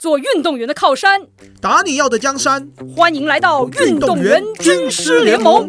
做运动员的靠山， 打你要的江山。 欢迎来到运动员军师联盟。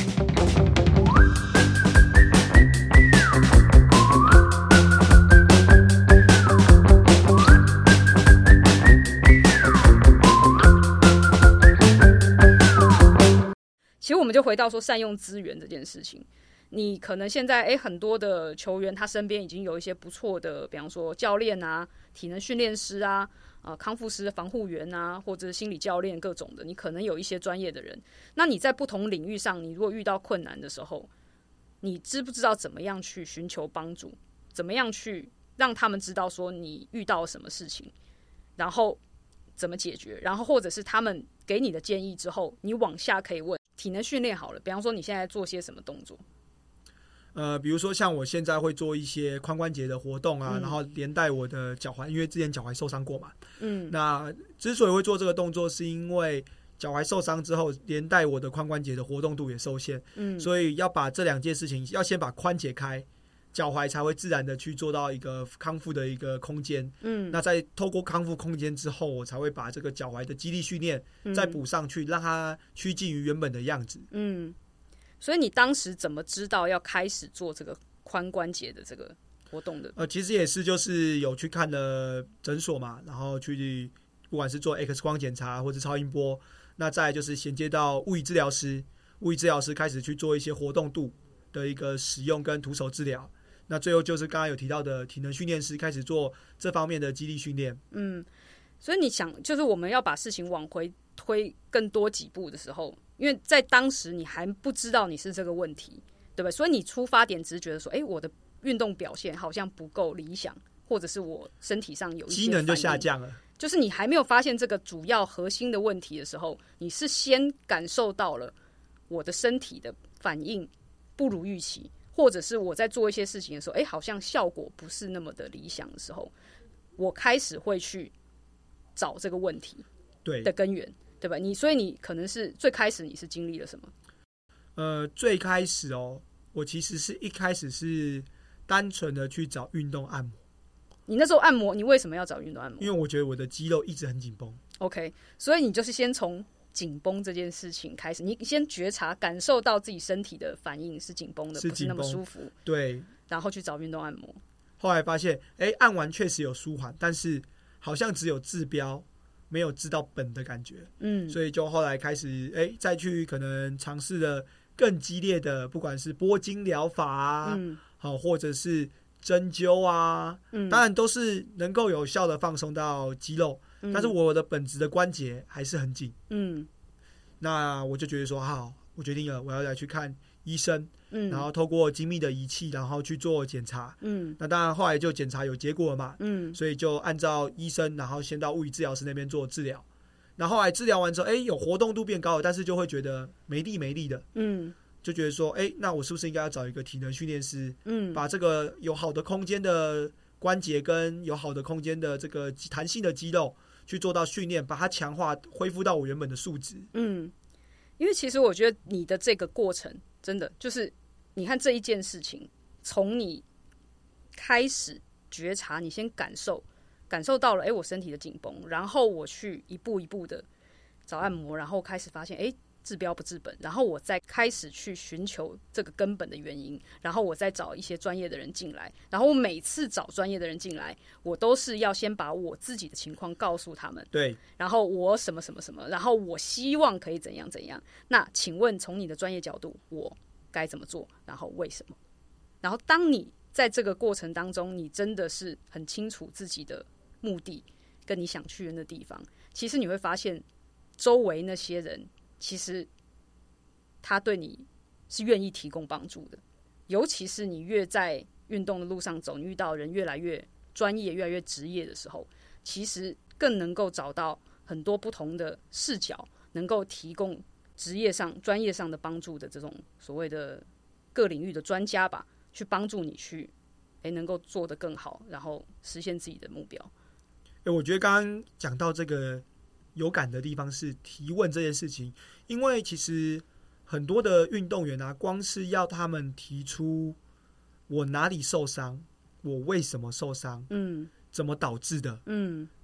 其实我们就回到说善用资源这件事情。你可能现在很多的球员他身边已经有一些不错的，比方说教练啊、体能训练师啊、康复师、防护员啊，或者是心理教练各种的，你可能有一些专业的人。那你在不同领域上，你如果遇到困难的时候，你知不知道怎么样去寻求帮助？怎么样去让他们知道说你遇到了什么事情，然后怎么解决？然后或者是他们给你的建议之后，你往下可以问体能训练好了，比方说你现在做些什么动作？ 比如说像我现在会做一些髋关节的活动啊，然后连带我的脚踝，因为之前脚踝受伤过嘛，那之所以会做这个动作，是因为脚踝受伤之后，连带我的髋关节的活动度也受限，所以要把这两件事情，要先把髋解开，脚踝才会自然的去做到一个康复的一个空间，那在透过康复空间之后，我才会把这个脚踝的肌力训练再补上去，让它趋近于原本的样子。 所以你当时怎么知道要开始做这个髋关节的这个活动的？ 其实也是就是有去看了诊所嘛，然后去不管是做 X 光检查或者超音波，那再来就是衔接到物理治疗师开始去做一些活动度的一个使用跟徒手治疗，那最后就是刚刚有提到的体能训练师开始做这方面的肌力训练。 所以你想，就是我们要把事情往回推更多几步的时候，因为在当时你还不知道你是这个问题，对吧？所以你出发点只是觉得说，我的运动表现好像不够理想，或者是我身体上有一些机能就下降了。 就是你还没有发现这个主要核心的问题的时候，你是先感受到了我的身体的反应不如预期，或者是我在做一些事情的时候，好像效果不是那么的理想的时候，我开始会去找这个问题的根源，对吧？所以你可能是最开始你是经历了什么？ 最开始我其实是一开始是单纯的去找运动按摩。 你那时候按摩，你为什么要找运动按摩？ 因为我觉得我的肌肉一直很紧绷。 OK， 所以你就是先从紧绷这件事情开始，你先觉察、感受到自己身体的反应是紧绷的，不是那么舒服。 对， 然后去找运动按摩。 后来发现，按完确实有舒缓，但是好像只有治标，没有治到本的感觉。所以就后来开始，再去可能尝试了更激烈的，不管是波筋疗法啊，或者是针灸啊，当然都是能够有效的放松到肌肉，但是我的本质的关节还是很紧。那我就觉得说，好，我决定了，我要来去看医生，然后透过精密的仪器，然后去做检查。那当然后来就检查有结果了嘛，所以就按照医生，然后先到物理治疗师那边做治疗。然后后来治疗完之后，有活动度变高了，但是就会觉得没力的，就觉得说，那我是不是应该要找一个体能训练师，把这个有好的空间的关节跟有好的空间的这个弹性的肌肉去做到训练，把它强化，恢复到我原本的数值。 因为其实我觉得你的这个过程真的就是，你看这一件事情，从你开始觉察，你先感受到了，我身体的紧绷，然后我去一步一步的找按摩，然后开始发现，治标不治本，然后我再开始去寻求这个根本的原因，然后我再找一些专业的人进来，然后我每次找专业的人进来，我都是要先把我自己的情况告诉他们， 对， 然后我什么什么什么，然后我希望可以怎样怎样。那请问从你的专业角度，我该怎么做？然后为什么？然后当你在这个过程当中，你真的是很清楚自己的目的跟你想去的那地方，其实你会发现周围那些人其实他对你是愿意提供帮助的，尤其是你越在运动的路上走，你遇到人越来越专业、越来越职业的时候，其实更能够找到很多不同的视角，能够提供职业上、专业上的帮助的这种所谓的各领域的专家吧，去帮助你去能够做得更好，然后实现自己的目标。 我觉得刚刚讲到这个有感的地方是提问这件事情，因为其实很多的运动员啊，光是要他们提出我哪里受伤，我为什么受伤，怎么导致的，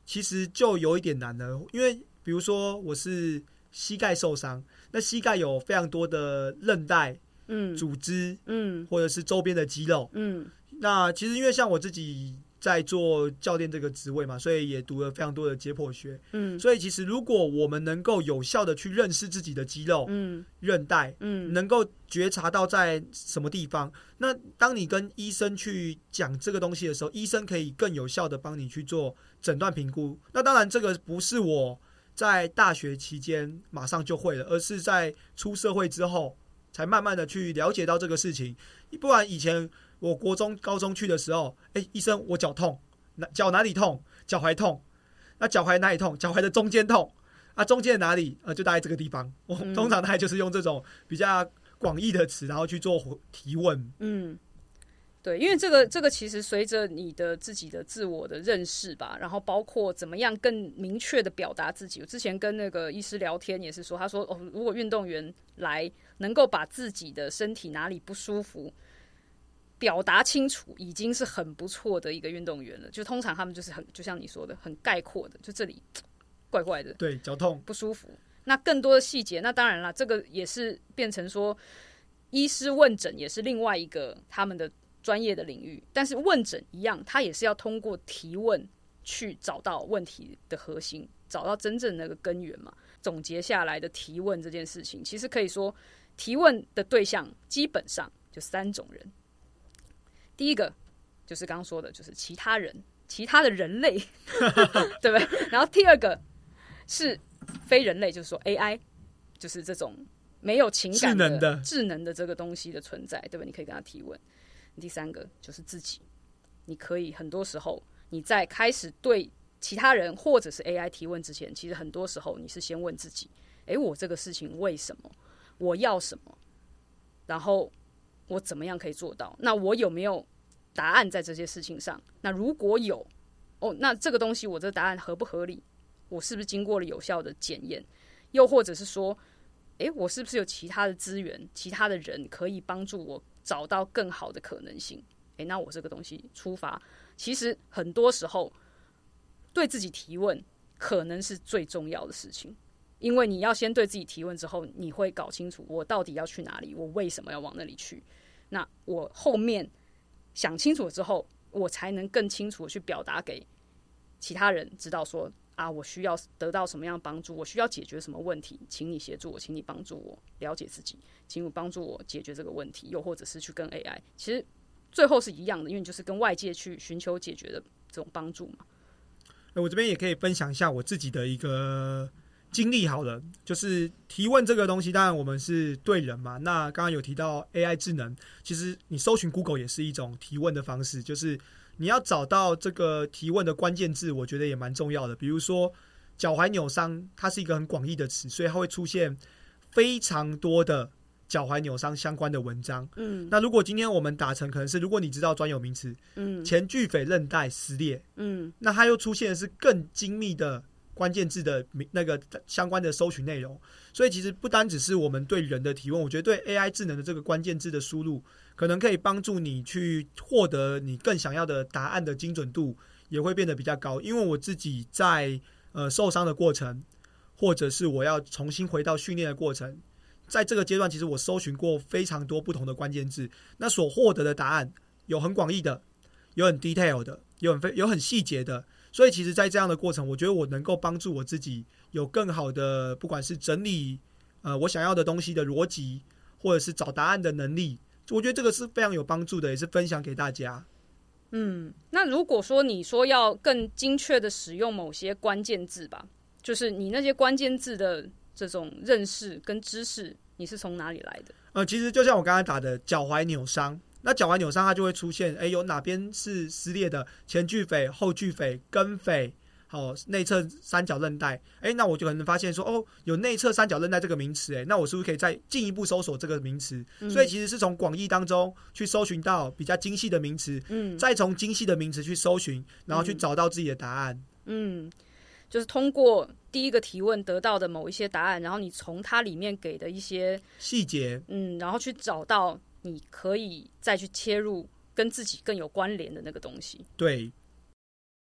其实就有一点难了，因为比如说我是膝盖受伤，那膝盖有非常多的韧带、组织，或者是周边的肌肉，那其实因为像我自己在做教练这个职位嘛，所以也读了非常多的解剖学，所以其实如果我们能够有效的去认识自己的肌肉、韧带，能够觉察到在什么地方，那当你跟医生去讲这个东西的时候，医生可以更有效的帮你去做诊断评估。那当然这个不是我在大学期间马上就会了，而是在出社会之后才慢慢的去了解到这个事情。不然以前我国中、高中去的时候，医生，我脚痛，脚哪里痛？脚踝痛。那脚踝哪里痛？脚踝的中间痛。中间哪里？就大概这个地方。我通常大概就是用这种比较广义的词，然后去做提问。 对，因为这个其实随着你的自己的自我的认识吧，然后包括怎么样更明确的表达自己。我之前跟那个医师聊天也是说，他说如果运动员来能够把自己的身体哪里不舒服表达清楚，已经是很不错的一个运动员了。就通常他们就是就像你说的，很概括的，就这里怪怪的， 对，脚痛不舒服。那更多的细节，那当然啦，这个也是变成说，医师问诊也是另外一个他们的专业的领域。但是问诊一样，他也是要通过提问去找到问题的核心，找到真正那个根源嘛。总结下来的提问这件事情，其实可以说，提问的对象基本上就3种人。第一个就是刚刚说的，就是其他人、其他的人类，对不对？然后第二个是非人类，就是说 AI， 就是这种没有情感的智能的这个东西的存在，对吧？你可以跟他提问。第三个就是自己，你可以很多时候你在开始对其他人或者是 AI 提问之前，其实很多时候你是先问自己：我这个事情为什么？我要什么？然后我怎么样可以做到？那我有没有答案在这些事情上？那如果有，那这个东西我这个答案合不合理？我是不是经过了有效的检验？又或者是说，我是不是有其他的资源、其他的人可以帮助我找到更好的可能性？那我这个东西出发，其实很多时候对自己提问可能是最重要的事情。因为你要先对自己提问之后，你会搞清楚我到底要去哪里，我为什么要往那里去。那我后面想清楚了之后，我才能更清楚的去表达给其他人知道说，我需要得到什么样的帮助，我需要解决什么问题，请你协助我，请你帮助我了解自己，请你帮助我解决这个问题，又或者是去跟 AI， 其实最后是一样的，因为你就是跟外界去寻求解决的这种帮助嘛。 我这边也可以分享一下我自己的一个经历好了，就是提问这个东西，当然我们是对人嘛。那刚刚有提到 AI 智能，其实你搜寻 Google 也是一种提问的方式，就是你要找到这个提问的关键字，我觉得也蛮重要的。比如说脚踝扭伤，它是一个很广义的词，所以它会出现非常多的脚踝扭伤相关的文章。那如果今天我们打成可能是，如果你知道专有名词，前距腓韧带撕裂，那它又出现的是更精密的关键字的那个相关的搜寻内容。所以其实不单只是我们对人的提问，我觉得对 AI 智能的这个关键字的输入，可能可以帮助你去获得你更想要的答案的精准度也会变得比较高。因为我自己在受伤的过程，或者是我要重新回到训练的过程，在这个阶段其实我搜寻过非常多不同的关键字，那所获得的答案有很广义的，有很 detail 的，有很细节的。所以其实在这样的过程，我觉得我能够帮助我自己有更好的不管是整理我想要的东西的逻辑，或者是找答案的能力，我觉得这个是非常有帮助的，也是分享给大家。 那如果说你说要更精确的使用某些关键字吧，就是你那些关键字的这种认识跟知识，你是从哪里来的？ 其实就像我刚才打的脚踝扭伤，那脚踝扭伤它就会出现，有哪边是撕裂的，前距腓、后距腓、跟腓，好，内侧三角韧带，那我就可能发现说，有内侧三角韧带这个名词，那我是不是可以再进一步搜索这个名词？所以其实是从广义当中去搜寻到比较精细的名词，再从精细的名词去搜寻，然后去找到自己的答案。 就是通过第一个提问得到的某一些答案，然后你从它里面给的一些细节， 然后去找到你可以再去切入跟自己更有关联的那个东西。 对。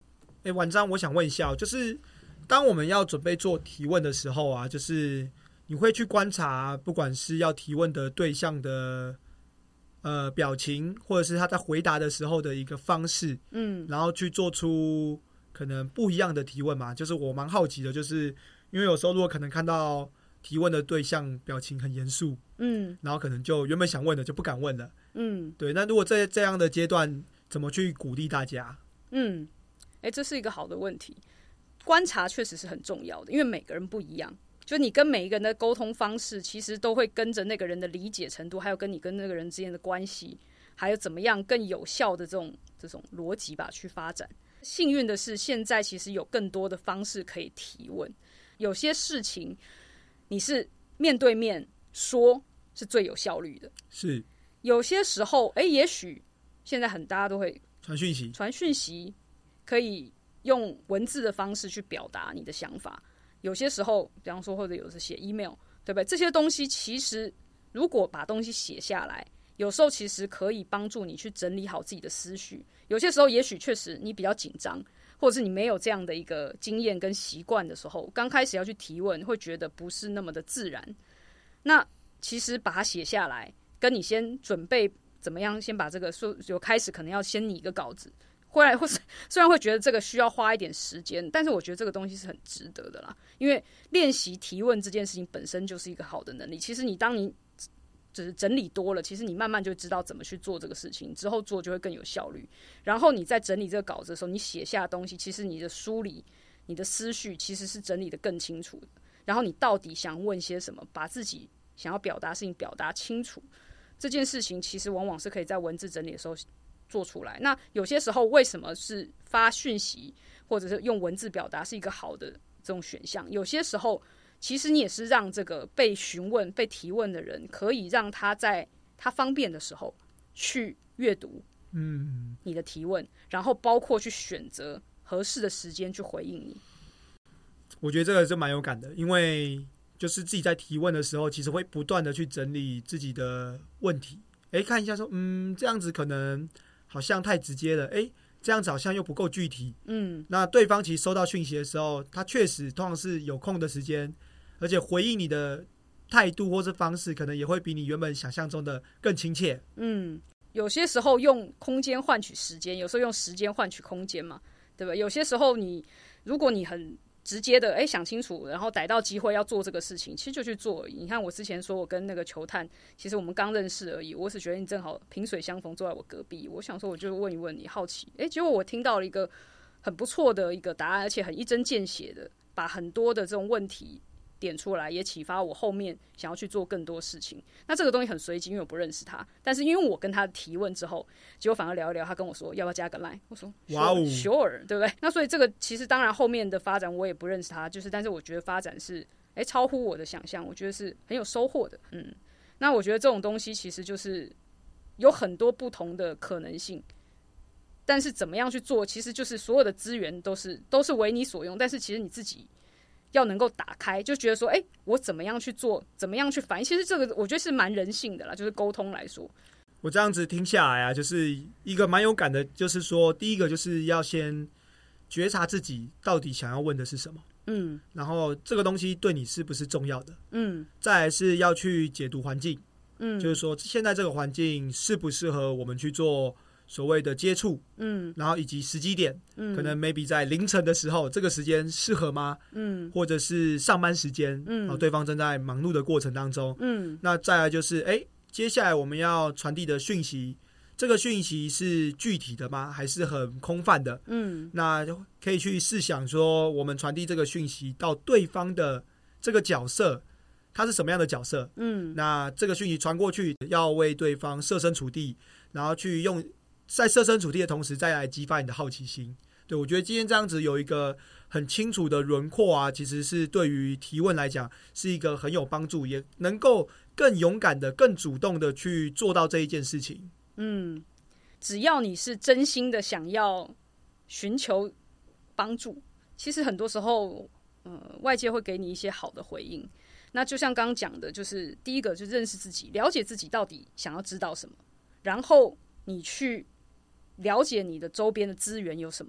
婉章，我想问一下，就是当我们要准备做提问的时候啊，就是你会去观察，不管是要提问的对象的表情，或者是他在回答的时候的一个方式，然后去做出可能不一样的提问嘛？就是我蛮好奇的，就是因为有时候如果可能看到提问的对象表情很严肃，然后可能就原本想问的就不敢问了，对。那如果在这样的阶段，怎么去鼓励大家？ 这是一个好的问题。观察确实是很重要的，因为每个人不一样，就你跟每一个人的沟通方式，其实都会跟着那个人的理解程度，还有跟你跟那个人之间的关系，还有怎么样更有效的这种逻辑吧去发展。幸运的是，现在其实有更多的方式可以提问，有些事情你是面对面说是最有效率的， 是有些时候也许现在大家都会传讯息可以用文字的方式去表达你的想法，有些时候比方说或者有时写 email， 对不对？这些东西其实如果把东西写下来，有时候其实可以帮助你去整理好自己的思绪。有些时候也许确实你比较紧张，或者是你没有这样的一个经验跟习惯的时候，刚开始要去提问会觉得不是那么的自然。那其实把它写下来，跟你先准备怎么样先把这个有开始可能要先拟一个稿子，虽然会觉得这个需要花一点时间，但是我觉得这个东西是很值得的啦。因为练习提问这件事情本身就是一个好的能力。其实当你只是整理多了，其实你慢慢就知道怎么去做这个事情，之后做就会更有效率。然后你在整理这个稿子的时候，你写下的东西，其实你的梳理、你的思绪其实是整理的更清楚的。然后你到底想问些什么，把自己想要表达的事情表达清楚，这件事情其实往往是可以在文字整理的时候做出来。那有些时候为什么是发讯息或者是用文字表达是一个好的这种选项？有些时候其实你也是让这个被询问、被提问的人，可以让他在他方便的时候去阅读你的提问，然后包括去选择合适的时间去回应你。 我觉得这个是蛮有感的，因为就是自己在提问的时候，其实会不断的去整理自己的问题，看一下说，这样子可能好像太直接了，这样子好像又不够具体，那对方其实收到讯息的时候，他确实通常是有空的时间，而且回应你的态度或是方式，可能也会比你原本想象中的更亲切。 有些时候用空间换取时间，有时候用时间换取空间嘛，对吧？有些时候如果你很直接的想清楚，然后逮到机会要做这个事情，其实就去做而已。你看我之前说我跟那个球探，其实我们刚认识而已，我只觉得你正好萍水相逢，坐在我隔壁，我想说我就问一问你，好奇，结果我听到了一个很不错的一个答案，而且很一针见血的把很多的这种问题点出来，也启发我后面想要去做更多事情。那这个东西很随机，因为我不认识他，但是因为我跟他提问之后，结果反而聊一聊，他跟我说要不要加个 line， 我说 sure， 对不对？那所以这个其实当然后面的发展我也不认识他，但是我觉得发展是超乎我的想象，我觉得是很有收获的。那我觉得这种东西其实就是有很多不同的可能性，但是怎么样去做，其实就是所有的资源都是为你所用，但是其实你自己要能够打开，就觉得说，我怎么样去做，怎么样去反应，其实这个我觉得是蛮人性的啦，就是沟通来说。 我这样子听下来啊，就是一个蛮有感的，就是说，第一个就是要先觉察自己到底想要问的是什么，然后这个东西对你是不是重要的，再来是要去解读环境，就是说现在这个环境适不适合我们去做所谓的接触，然后以及时机点，可能 maybe 在凌晨的时候，这个时间适合吗？或者是上班时间，对方正在忙碌的过程当中，那再来就是接下来我们要传递的讯息，这个讯息是具体的吗？还是很空泛的？那可以去试想说，我们传递这个讯息到对方的这个角色，他是什么样的角色？那这个讯息传过去，要为对方设身处地，然后去用在设身处地的同时，再来激发你的好奇心。对，我觉得今天这样子有一个很清楚的轮廓啊，其实是对于提问来讲是一个很有帮助，也能够更勇敢的、更主动的去做到这一件事情。 只要你是真心的想要寻求帮助，其实很多时候，外界会给你一些好的回应。那就像刚刚讲的，就是第一个就认识自己，了解自己到底想要知道什么，然后你去了解你的周边的资源有什么，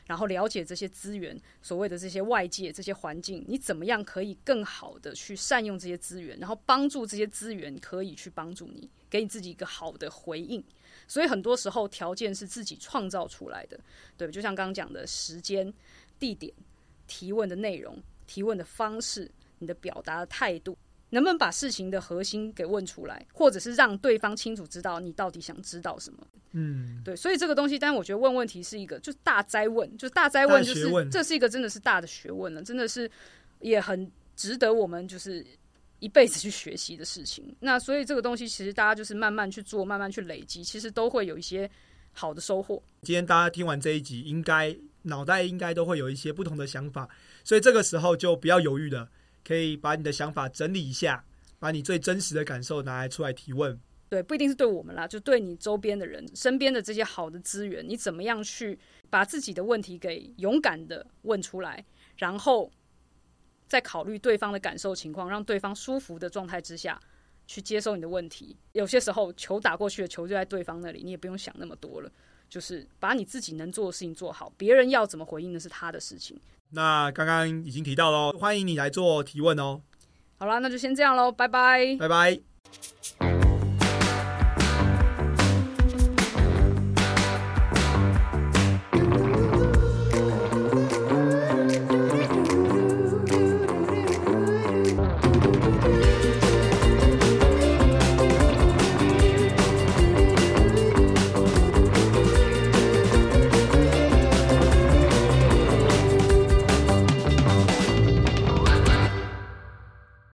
然后了解这些资源，所谓的这些外界这些环境，你怎么样可以更好的去善用这些资源，然后帮助这些资源可以去帮助你，给你自己一个好的回应。所以很多时候条件是自己创造出来的，对，就像刚刚讲的时间、地点、提问的内容、提问的方式、你的表达的态度，能不能把事情的核心给问出来，或者是让对方清楚知道你到底想知道什么。对，所以这个东西，但是我觉得问问题是一个就是大哉问，就是大哉问，就是这是一个真的是大的学问了，真的是也很值得我们就是一辈子去学习的事情。那所以这个东西其实大家就是慢慢去做，慢慢去累积，其实都会有一些好的收获。 今天大家听完这一集，脑袋应该都会有一些不同的想法，所以这个时候就不要犹豫了，可以把你的想法整理一下，把你最真实的感受拿来出来提问。 对，不一定是对我们啦，就对你周边的人、身边的这些好的资源，你怎么样去把自己的问题给勇敢的问出来，然后再考虑对方的感受情况，让对方舒服的状态之下去接受你的问题。有些时候球打过去的球就在对方那里，你也不用想那么多了，就是把你自己能做的事情做好，别人要怎么回应那是他的事情。 那刚刚已经提到咯，欢迎你来做提问哦。 好啦，那就先这样咯，拜拜， 拜拜。